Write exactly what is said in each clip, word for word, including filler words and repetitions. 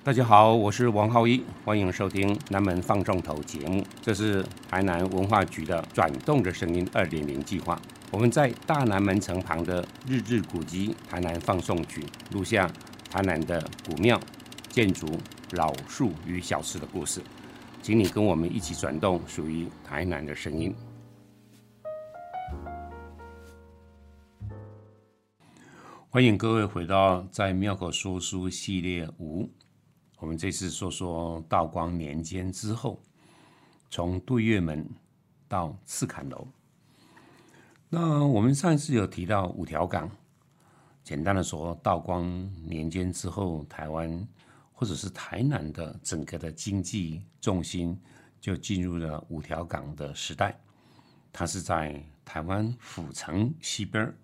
大家好，我是王浩一，欢迎收听南门放送头节目。这是台南文化局的转动的声音二点零计划。我们在大南门城旁的日治古迹台南放送局录下台南的古庙、建筑、老树与小吃的故事，请你跟我们一起转动属于台南的声音。欢迎各位回到在庙口说书系列五。我们这次说说道光年间之后，从对月门到赤坎楼。那我们上一次有提到五条港，简单的说，道光年间之后，台湾或者是台南的整个的经济重心就进入了五条港的时代。它是在台湾府城西边，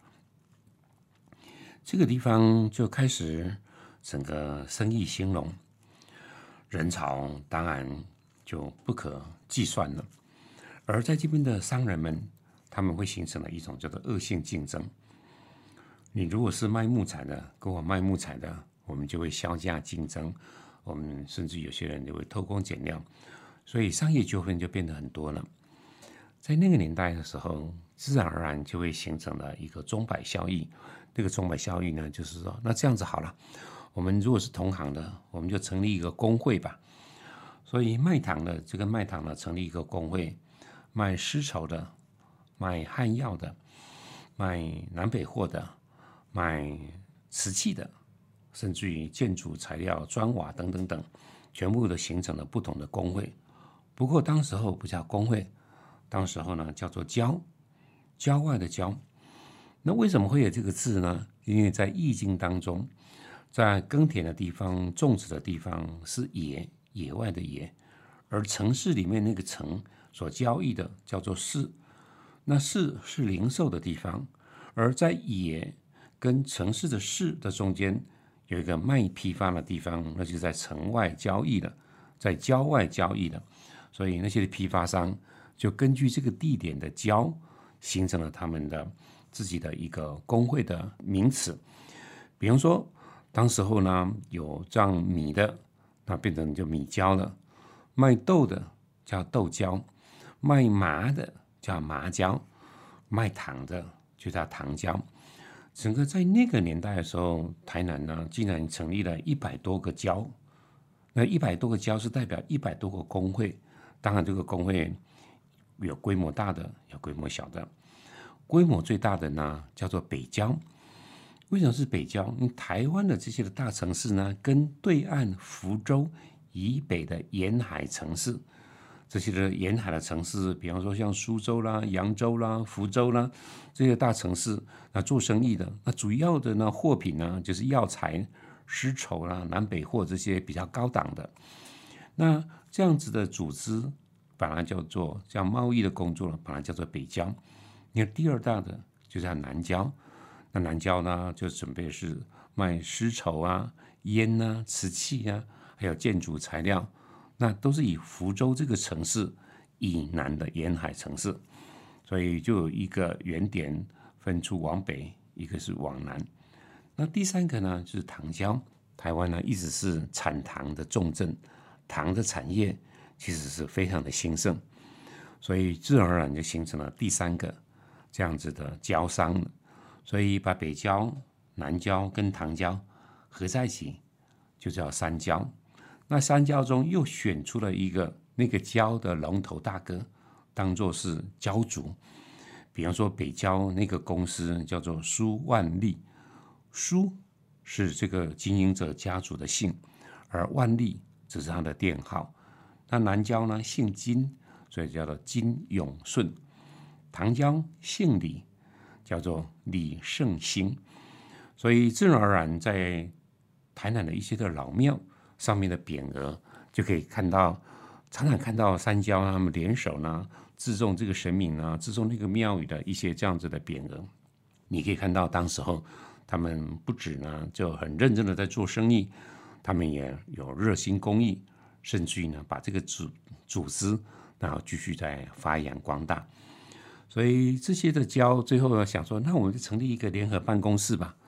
这个地方就开始整个生意兴隆。人潮当然就不可计算了，而在这边的商人们，他们会形成了一种叫做恶性竞争。你如果是卖木材的，跟我卖木材的，我们就会削价竞争，我们甚至有些人就会偷工减料，所以商业纠纷就变得很多了。在那个年代的时候，自然而然就会形成了一个钟摆效应。这个钟摆效应呢，就是说，那这样子好了。我们如果是同行的，我们就成立一个工会吧。所以卖糖的就跟卖糖的成立一个工会，卖丝绸的、卖汉药的、卖南北货的、卖瓷器的，甚至于建筑材料、砖瓦等等等，全部都形成了不同的工会。不过当时候不叫工会，当时候呢叫做郊，郊外的郊。那为什么会有这个字呢？因为在《易经》当中，在耕田的地方、种植的地方是野，野外的野，而城市里面那个城所交易的叫做市，那市是零售的地方，而在野跟城市的市的中间有一个卖批发的地方，那就是在城外交易的，在郊外交易的，所以那些批发商就根据这个地点的郊，形成了他们的自己的一个工会的名词。比方说当时候呢，有种米的，那变成就米椒了；卖豆的叫豆椒，卖麻的叫麻椒，卖糖的就叫糖椒。整个在那个年代的时候，台南呢竟然成立了一百多个椒，那一百多个椒是代表一百多个工会。当然，这个工会有规模大的，有规模小的。规模最大的呢叫做北椒。为什么是北郊？因为台湾的这些的大城市呢，跟对岸福州以北的沿海城市，这些的沿海的城市，比方说像苏州啦、扬州啦、福州啦这些大城市，那做生意的，那主要的呢货品呢就是药材、丝绸啦、南北货这些比较高档的。那这样子的组织本来叫做像贸易的工作，本来叫做北郊。你看第二大的就叫南郊。那南郊呢，就准备是卖丝绸啊、烟啊、瓷器啊，还有建筑材料，那都是以福州这个城市以南的沿海城市，所以就有一个原点分出往北，一个是往南。那第三个呢，就是糖郊。台湾呢一直是产糖的重镇，糖的产业其实是非常的兴盛，所以自然而然就形成了第三个这样子的郊商。所以把北郊、南郊跟糖郊合在一起，就叫三郊。那三郊中又选出了一个那个郊的龙头大哥，当作是郊主。比方说北郊那个公司叫做苏万利，苏是这个经营者家族的姓，而万利只是他的店号。那南郊呢姓金，所以叫做金永顺。糖郊姓李，叫做李胜兴。所以自然而然在台南的一些的老庙上面的匾额就可以看到，常常看到三郊他们联手呢自重这个神明呢，自重那个庙宇的一些这样子的匾额。你可以看到当时候他们不止呢就很认真的在做生意，他们也有热心公益，甚至于呢把这个组组织然后继续在发扬光大。所以这些的交最后想说，那我们就成立一个联合办公室吧。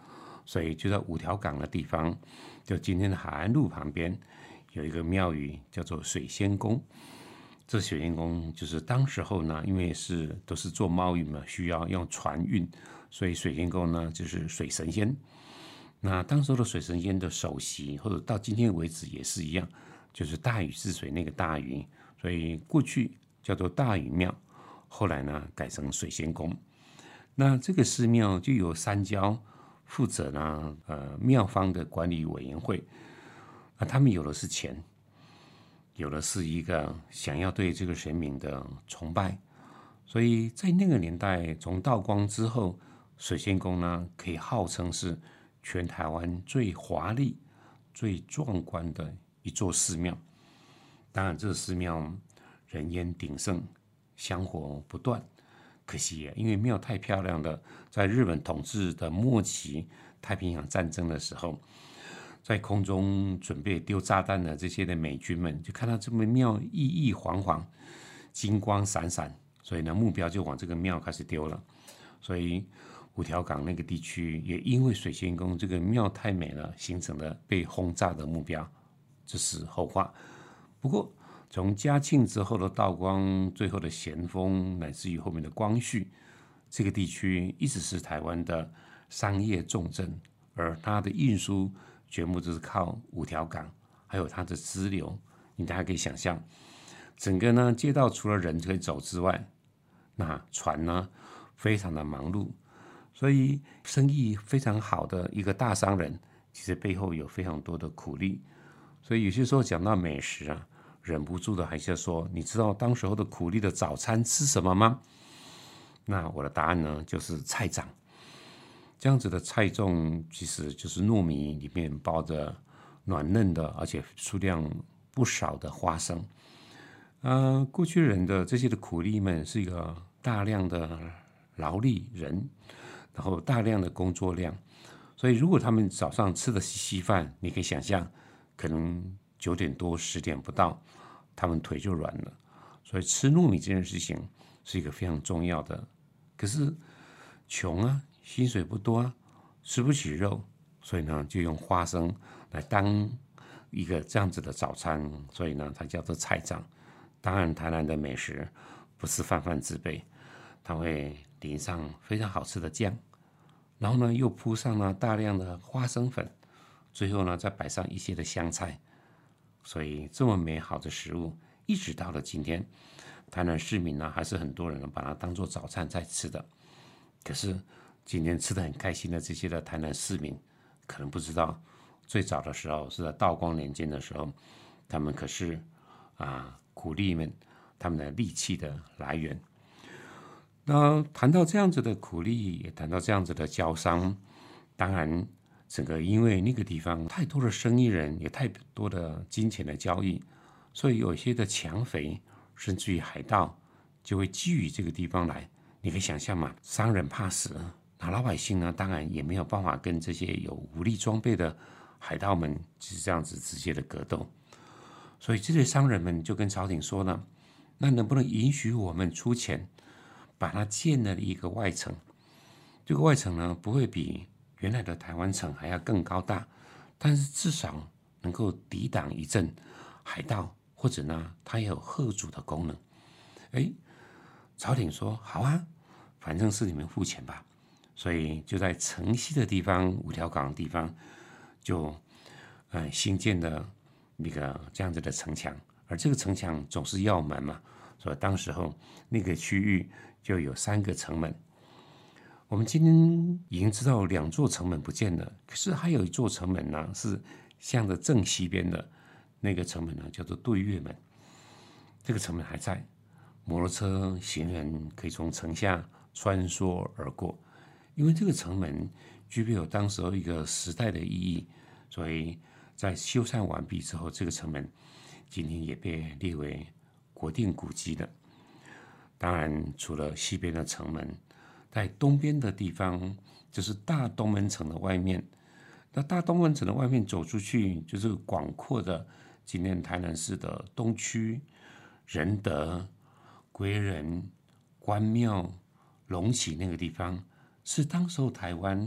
所以就在五条港的地方，就今天的海岸路旁边有一个庙宇叫做水仙宫。这水仙宫就是当时候呢，因为是都是做贸易嘛，需要用船运，所以水仙宫呢就是水神仙。那当时候的水神仙的首席，或者到今天为止也是一样，就是大禹治水那个大禹，所以过去叫做大禹庙，后来呢改成水仙宫。那这个寺庙就由三教负责呢，呃，庙方的管理委员会。那他们有的是钱，有的是一个想要对这个神明的崇拜，所以在那个年代，从道光之后，水仙宫呢可以号称是全台湾最华丽、最壮观的一座寺庙。当然，这个寺庙人烟鼎盛，香火不断。可惜，因为庙太漂亮了，在日本统治的末期，太平洋战争的时候，在空中准备丢炸弹的这些的美军们，就看到这门庙熠熠煌煌，金光闪闪，所以呢，目标就往这个庙开始丢了。所以五条港那个地区也因为水仙宫这个庙太美了，形成了被轰炸的目标，这是后话。不过，从嘉庆之后的道光，最后的咸丰，乃至于后面的光绪，这个地区一直是台湾的商业重镇，而它的运输全部都是靠五条港，还有它的支流。你大家可以想象，整个呢街道除了人可以走之外，那船呢非常的忙碌，所以生意非常好的一个大商人，其实背后有非常多的苦力。所以有些时候讲到美食啊，忍不住的还是要说，你知道当时候的苦力的早餐吃什么吗？那我的答案呢，就是菜粽。这样子的菜粽其实就是糯米里面包着软嫩的，而且数量不少的花生。呃，过去人的这些的苦力们是一个大量的劳力人，然后大量的工作量，所以如果他们早上吃的是稀饭，你可以想象，可能九点多十点不到，他们腿就软了。所以吃糯米这件事情是一个非常重要的。可是穷啊，薪水不多啊，吃不起肉，所以呢就用花生来当一个这样子的早餐，所以呢它叫做菜粽。当然，台南的美食不是泛泛之辈，它会淋上非常好吃的酱，然后呢又铺上了大量的花生粉，最后呢再摆上一些的香菜。所以这么美好的食物，一直到了今天，台南市民呢还是很多人把它当做早餐在吃的。可是今天吃得很开心的这些的台南市民，可能不知道，最早的时候是在道光年间的时候，他们可是啊苦力们他们的力气的来源。那谈到这样子的苦力，也谈到这样子的交商，当然整个因为那个地方太多的生意人，也太多的金钱的交易，所以有些的抢匪，甚至于海盗就会觊觎这个地方来。你可以想象嘛，商人怕死，那老百姓呢，当然也没有办法跟这些有武力装备的海盗们是这样子直接的格斗。所以这些商人们就跟朝廷说呢，那能不能允许我们出钱把它建了一个外城？这个外城呢，不会比原来的台湾城还要更高大，但是至少能够抵挡一阵海盗，或者呢，它也有吓阻的功能。哎，朝廷说好啊，反正是你们付钱吧。所以就在城西的地方，五条港的地方，就呃新建了一个这样子的城墙。而这个城墙总是要门嘛，所以当时候那个区域就有三个城门。我们今天已经知道两座城门不见了，可是还有一座城门呢，是向着正西边的那个城门呢，叫做对月门。这个城门还在，摩托车行人可以从城下穿梭而过。因为这个城门具备有当时候一个时代的意义，所以在修缮完毕之后，这个城门今天也被列为国定古迹了。当然，除了西边的城门，在东边的地方就是大东门城的外面。那大东门城的外面走出去，就是广阔的今天台南市的东区、仁德、归仁、关庙、龙崎那个地方，是当时候台湾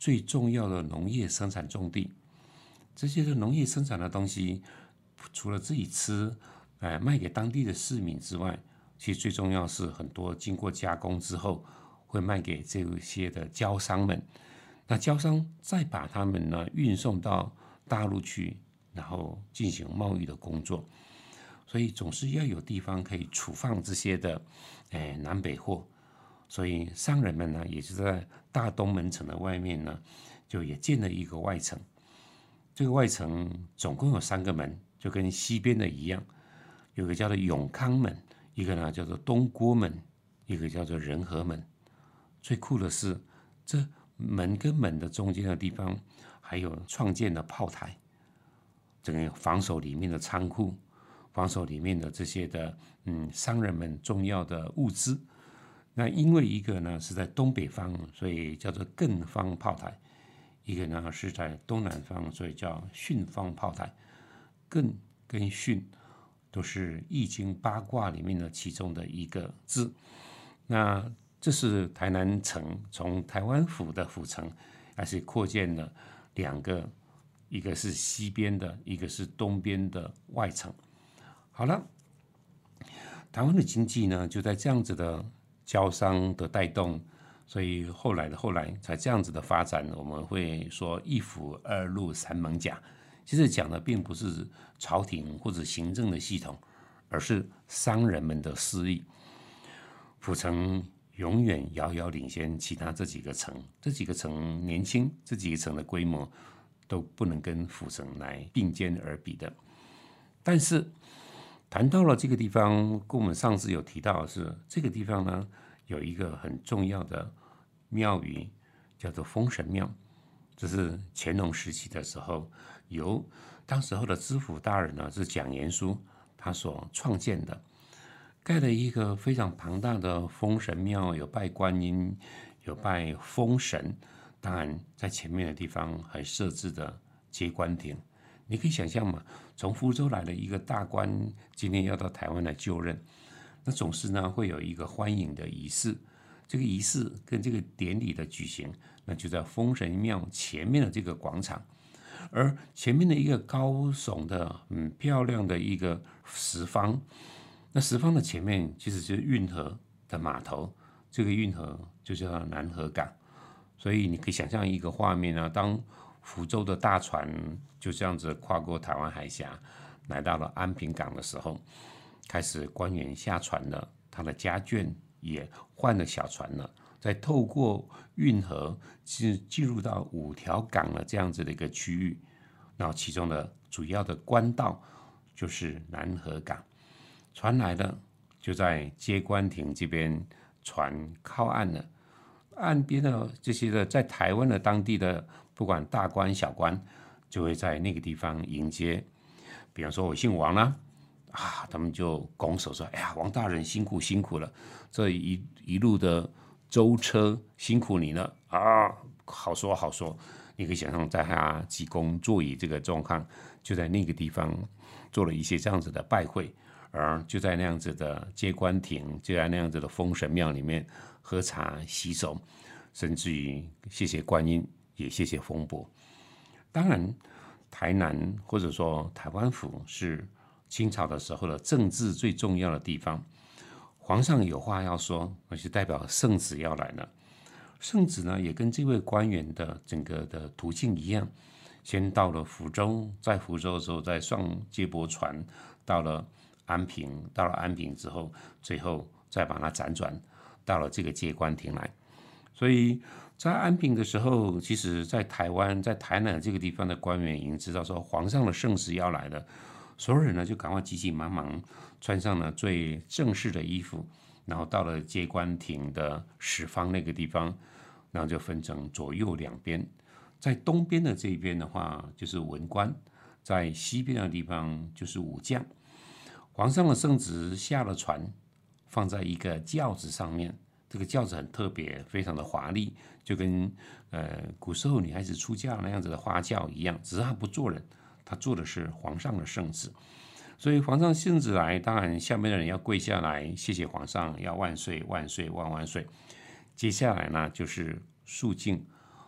最重要的农业生产重地。这些的农业生产的东西，除了自己吃，呃，卖给当地的市民之外，其实最重要是很多经过加工之后，会卖给这些的交商们。那交商再把他们呢运送到大陆去，然后进行贸易的工作。所以总是要有地方可以储放这些的，哎，南北货。所以商人们呢，也就在大东门城的外面呢，就也建了一个外城。这个外城总共有三个门，就跟西边的一样，有个叫做永康门，一个呢叫做东郭门，一个叫做仁和门。最酷的是，这门跟门的中间的地方，还有创建了炮台，整个防守里面的仓库，防守里面的这些的嗯商人们重要的物资。那因为一个呢是在东北方，所以叫做艮方炮台；一个呢是在东南方，所以叫巽方炮台。艮跟巽都是易经八卦里面的其中的一个字。那这是台南城从台湾府的府城，还是扩建了两个，一个是西边的，一个是东边的外城。好了，台湾的经济呢就在这样子的交商的带动，所以后来的后来才这样子的发展。我们会说一府二路三艋甲，其实讲的并不是朝廷或者行政的系统，而是商人们的势力。府城永远遥遥领先其他这几个城，这几个城年轻，这几个城的规模都不能跟府城来并肩而比的。但是谈到了这个地方，跟我们上次有提到的是，这个地方呢有一个很重要的庙宇，叫做封神庙。这是乾隆时期的时候，由当时候的知府大人呢是蒋延书他所创建的，盖了一个非常庞大的封神庙，有拜观音，有拜封神。当然，在前面的地方还设置的接官亭。你可以想象嘛，从福州来的一个大官，今天要到台湾来就任，那总是呢会有一个欢迎的仪式。这个仪式跟这个典礼的举行，那就在封神庙前面的这个广场，而前面的一个高耸的、嗯漂亮的一个石方，那石方的前面其实就是运河的码头，这个运河就叫南河港。所以你可以想象一个画面啊，当福州的大船就这样子跨过台湾海峡，来到了安平港的时候，开始官员下船了，他的家眷也换了小船了，再透过运河进进入到五条港的这样子的一个区域，然后其中的主要的官道就是南河港。船来了，就在接官亭这边，船靠岸了。岸边的这些的在台湾的当地的不管大官小官，就会在那个地方迎接。比方说我姓王啦、啊，啊，他们就拱手说：“哎呀，王大人辛苦辛苦了，这一一路的舟车辛苦你了啊！”好说好说，你可以想象，在他济公座椅这个状况，就在那个地方做了一些这样子的拜会。而就在那样子的接官亭，就在那样子的封神庙里面喝茶洗手，甚至于谢谢观音，也谢谢风伯。当然，台南或者说台湾府是清朝的时候的政治最重要的地方。皇上有话要说，那就代表圣旨要来了。圣旨呢，也跟这位官员的整个的途径一样，先到了福州，在福州的时候再上接驳船到了安平，到了安平之后，最后再把它辗转到了这个接官亭来。所以在安平的时候，其实在台湾，在台南这个地方的官员已经知道说皇上的圣旨要来了，所有人呢就赶快急急忙忙穿上了最正式的衣服，然后到了接官亭的十方那个地方，然后就分成左右两边。在东边的这一边的话就是文官，在西边的地方就是武将。皇上的圣旨下了船，放在一个轿子上面，这个轿子很特别，非常的华丽，就跟呃古时候女孩子出嫁那样子的花轿一样，只是他不坐人，他坐的是皇上的圣旨。所以皇上圣旨来，当然下面的人要跪下来，谢谢皇上，要万岁万岁万万岁。接下来呢就是肃静，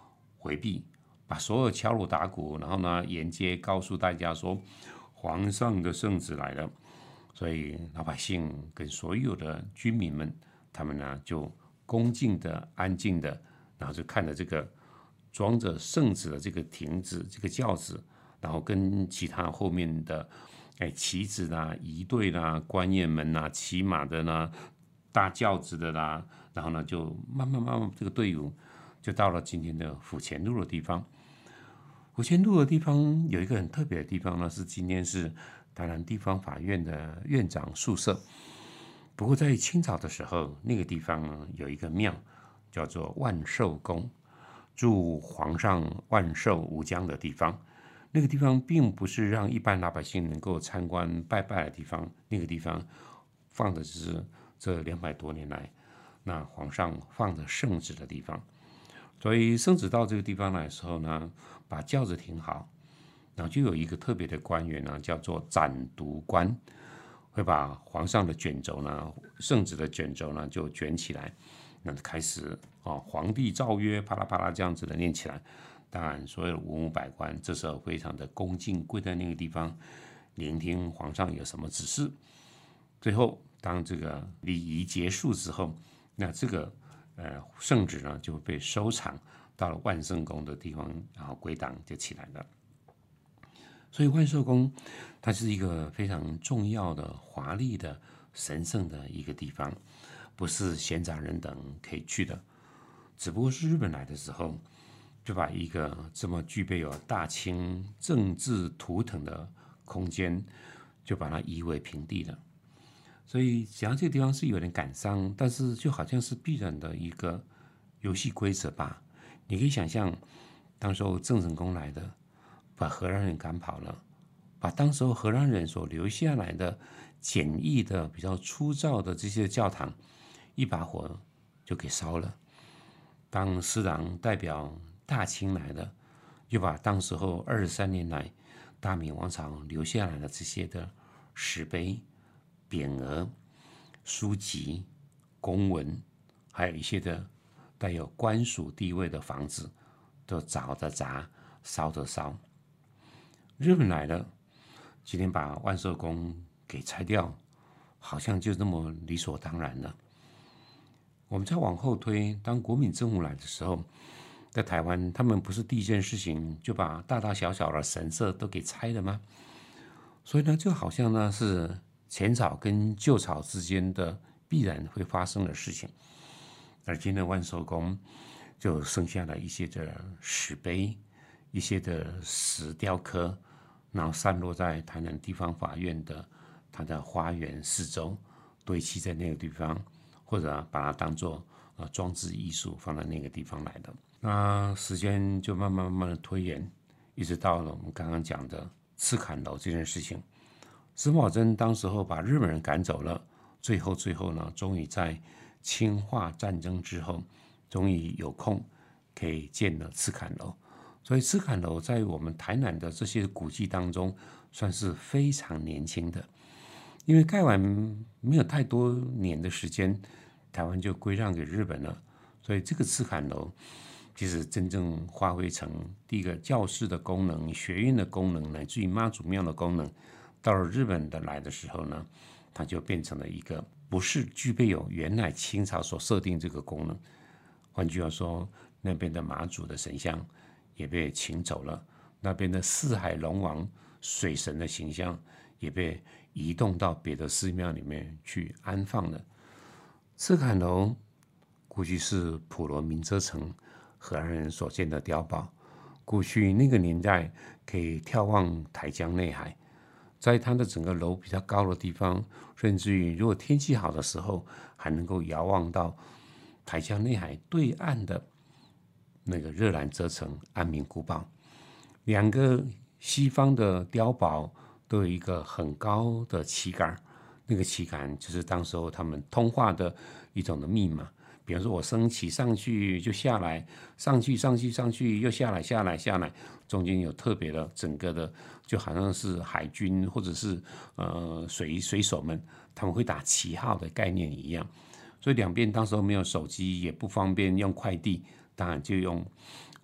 回避，把所有敲锣打鼓，然后呢沿街告诉大家说皇上的圣旨来了。所以老百姓跟所有的居民们，他们呢就恭敬的、安静的，然后就看着这个装着圣旨的这个亭子、这个轿子，然后跟其他后面的哎旗子啦、仪队啦、官员们啦、骑马的啦、大轿子的啦，然后呢就慢慢慢慢这个队伍就到了今天的府前路的地方。府前路的地方有一个很特别的地方呢，是今天是台南地方法院的院长宿舍。不过在清朝的时候，那个地方呢有一个庙，叫做万寿宫，祝皇上万寿无疆的地方。那个地方并不是让一般老百姓能够参观拜拜的地方，那个地方放的是这两百多年来那皇上放的圣旨的地方。所以圣旨到这个地方来的时候呢，把轿子停好，然后就有一个特别的官员呢，叫做展读官，会把皇上的卷轴呢，圣旨的卷轴呢就卷起来，那开始哦，皇帝诏曰，啪啦啪啦这样子的念起来。当然，所有的文武百官这时候非常的恭敬，跪在那个地方聆听皇上有什么指示。最后，当这个礼仪结束之后，那这个呃圣旨呢就被收藏到了万圣宫的地方，然后归档就起来了。所以万寿宫它是一个非常重要的、华丽的、神圣的一个地方，不是闲杂人等可以去的。只不过是日本来的时候，就把一个这么具备有大清政治图腾的空间，就把它夷为平地了。所以讲到这个地方是有点感伤，但是就好像是必然的一个游戏规则吧。你可以想象，当时候郑成功来的，把荷兰人赶跑了，把当时候荷兰人所留下来的简易的、比较粗糙的这些教堂，一把火就给烧了。当施琅代表大清来的，又把当时候二十三年来大明王朝留下来的这些的石碑、匾额、书籍、公文，还有一些的带有官属地位的房子，都凿的砸，烧的烧。日本来了，今天把万寿宫给拆掉，好像就那么理所当然了。我们再往后推，当国民政府来的时候，在台湾，他们不是第一件事情就把大大小小的神社都给拆了吗？所以呢，就好像呢是前朝跟旧朝之间的必然会发生的事情。而今天万寿宫就剩下了一些的石碑，一些的石雕刻，然后散落在台南地方法院的它的花园四周，堆砌在那个地方，或者把它当作呃装置艺术放在那个地方来的。那时间就慢慢慢慢的推延，一直到了我们刚刚讲的赤坎楼这件事情。司马珍当时候把日本人赶走了，最后最后呢，终于在清化战争之后，终于有空可以建了赤坎楼。所以赤坎楼在我们台南的这些古迹当中，算是非常年轻的。因为盖完没有太多年的时间，台湾就归让给日本了，所以这个赤坎楼其实真正发挥成第一个教室的功能、学院的功能，乃至于妈祖庙的功能。到了日本的来的时候呢，它就变成了一个不是具备有原来清朝所设定这个功能。换句话说，那边的妈祖的神像也被请走了，那边的四海龙王水神的形象也被移动到别的寺庙里面去安放了。赤坎楼估计是普罗民遮城荷兰人所建的碉堡，过去那个年代可以眺望台江内海，在它的整个楼比较高的地方，甚至于如果天气好的时候，还能够遥望到台江内海对岸的那个热兰遮城安民古堡。两个西方的碉堡都有一个很高的旗杆，那个旗杆就是当时候他们通话的一种的密码。比方说我升起上去就下来，上去上去上去又下来下来下来，中间有特别的整个的，就好像是海军或者是呃水水手们他们会打旗号的概念一样。所以两边当时候没有手机，也不方便用快递，当然就用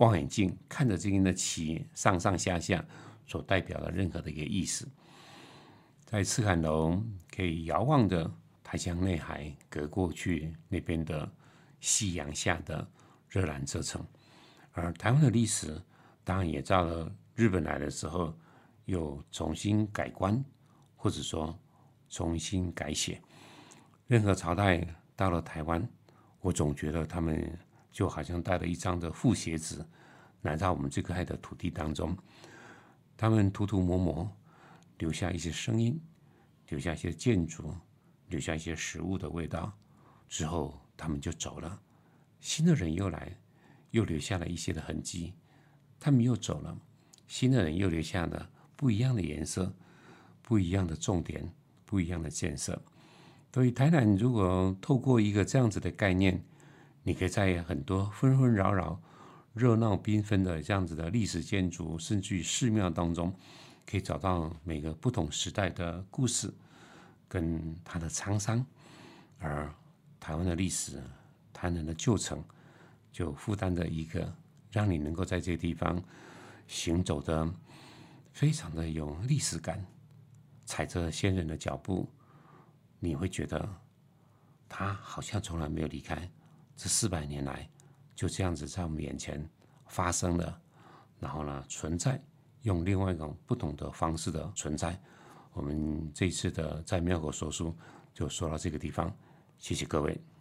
望远镜看着这边的旗上上下下所代表的任何的一个意思。在赤坎楼可以遥望的台江内海，隔过去那边的夕阳下的热兰遮城。而台湾的历史当然也到了日本来的时候，又重新改观，或者说重新改写。任何朝代到了台湾，我总觉得他们就好像带了一张的复写纸来到我们这块的土地当中，他们涂涂抹抹，留下一些声音，留下一些建筑，留下一些食物的味道，之后他们就走了。新的人又来，又留下了一些的痕迹，他们又走了，新的人又留下了不一样的颜色，不一样的重点，不一样的建设。所以台南如果透过一个这样子的概念，你可以在很多纷纷扰扰、热闹缤纷的这样子的历史建筑，甚至于寺庙当中，可以找到每个不同时代的故事跟它的沧桑。而台湾的历史，台南的旧城，就负担着一个让你能够在这个地方行走的非常的有历史感，踩着先人的脚步，你会觉得他好像从来没有离开，这四百年来就这样子在我们眼前发生了，然后呢存在，用另外一种不同的方式的存在。我们这一次的在庙口说书就说到这个地方，谢谢各位。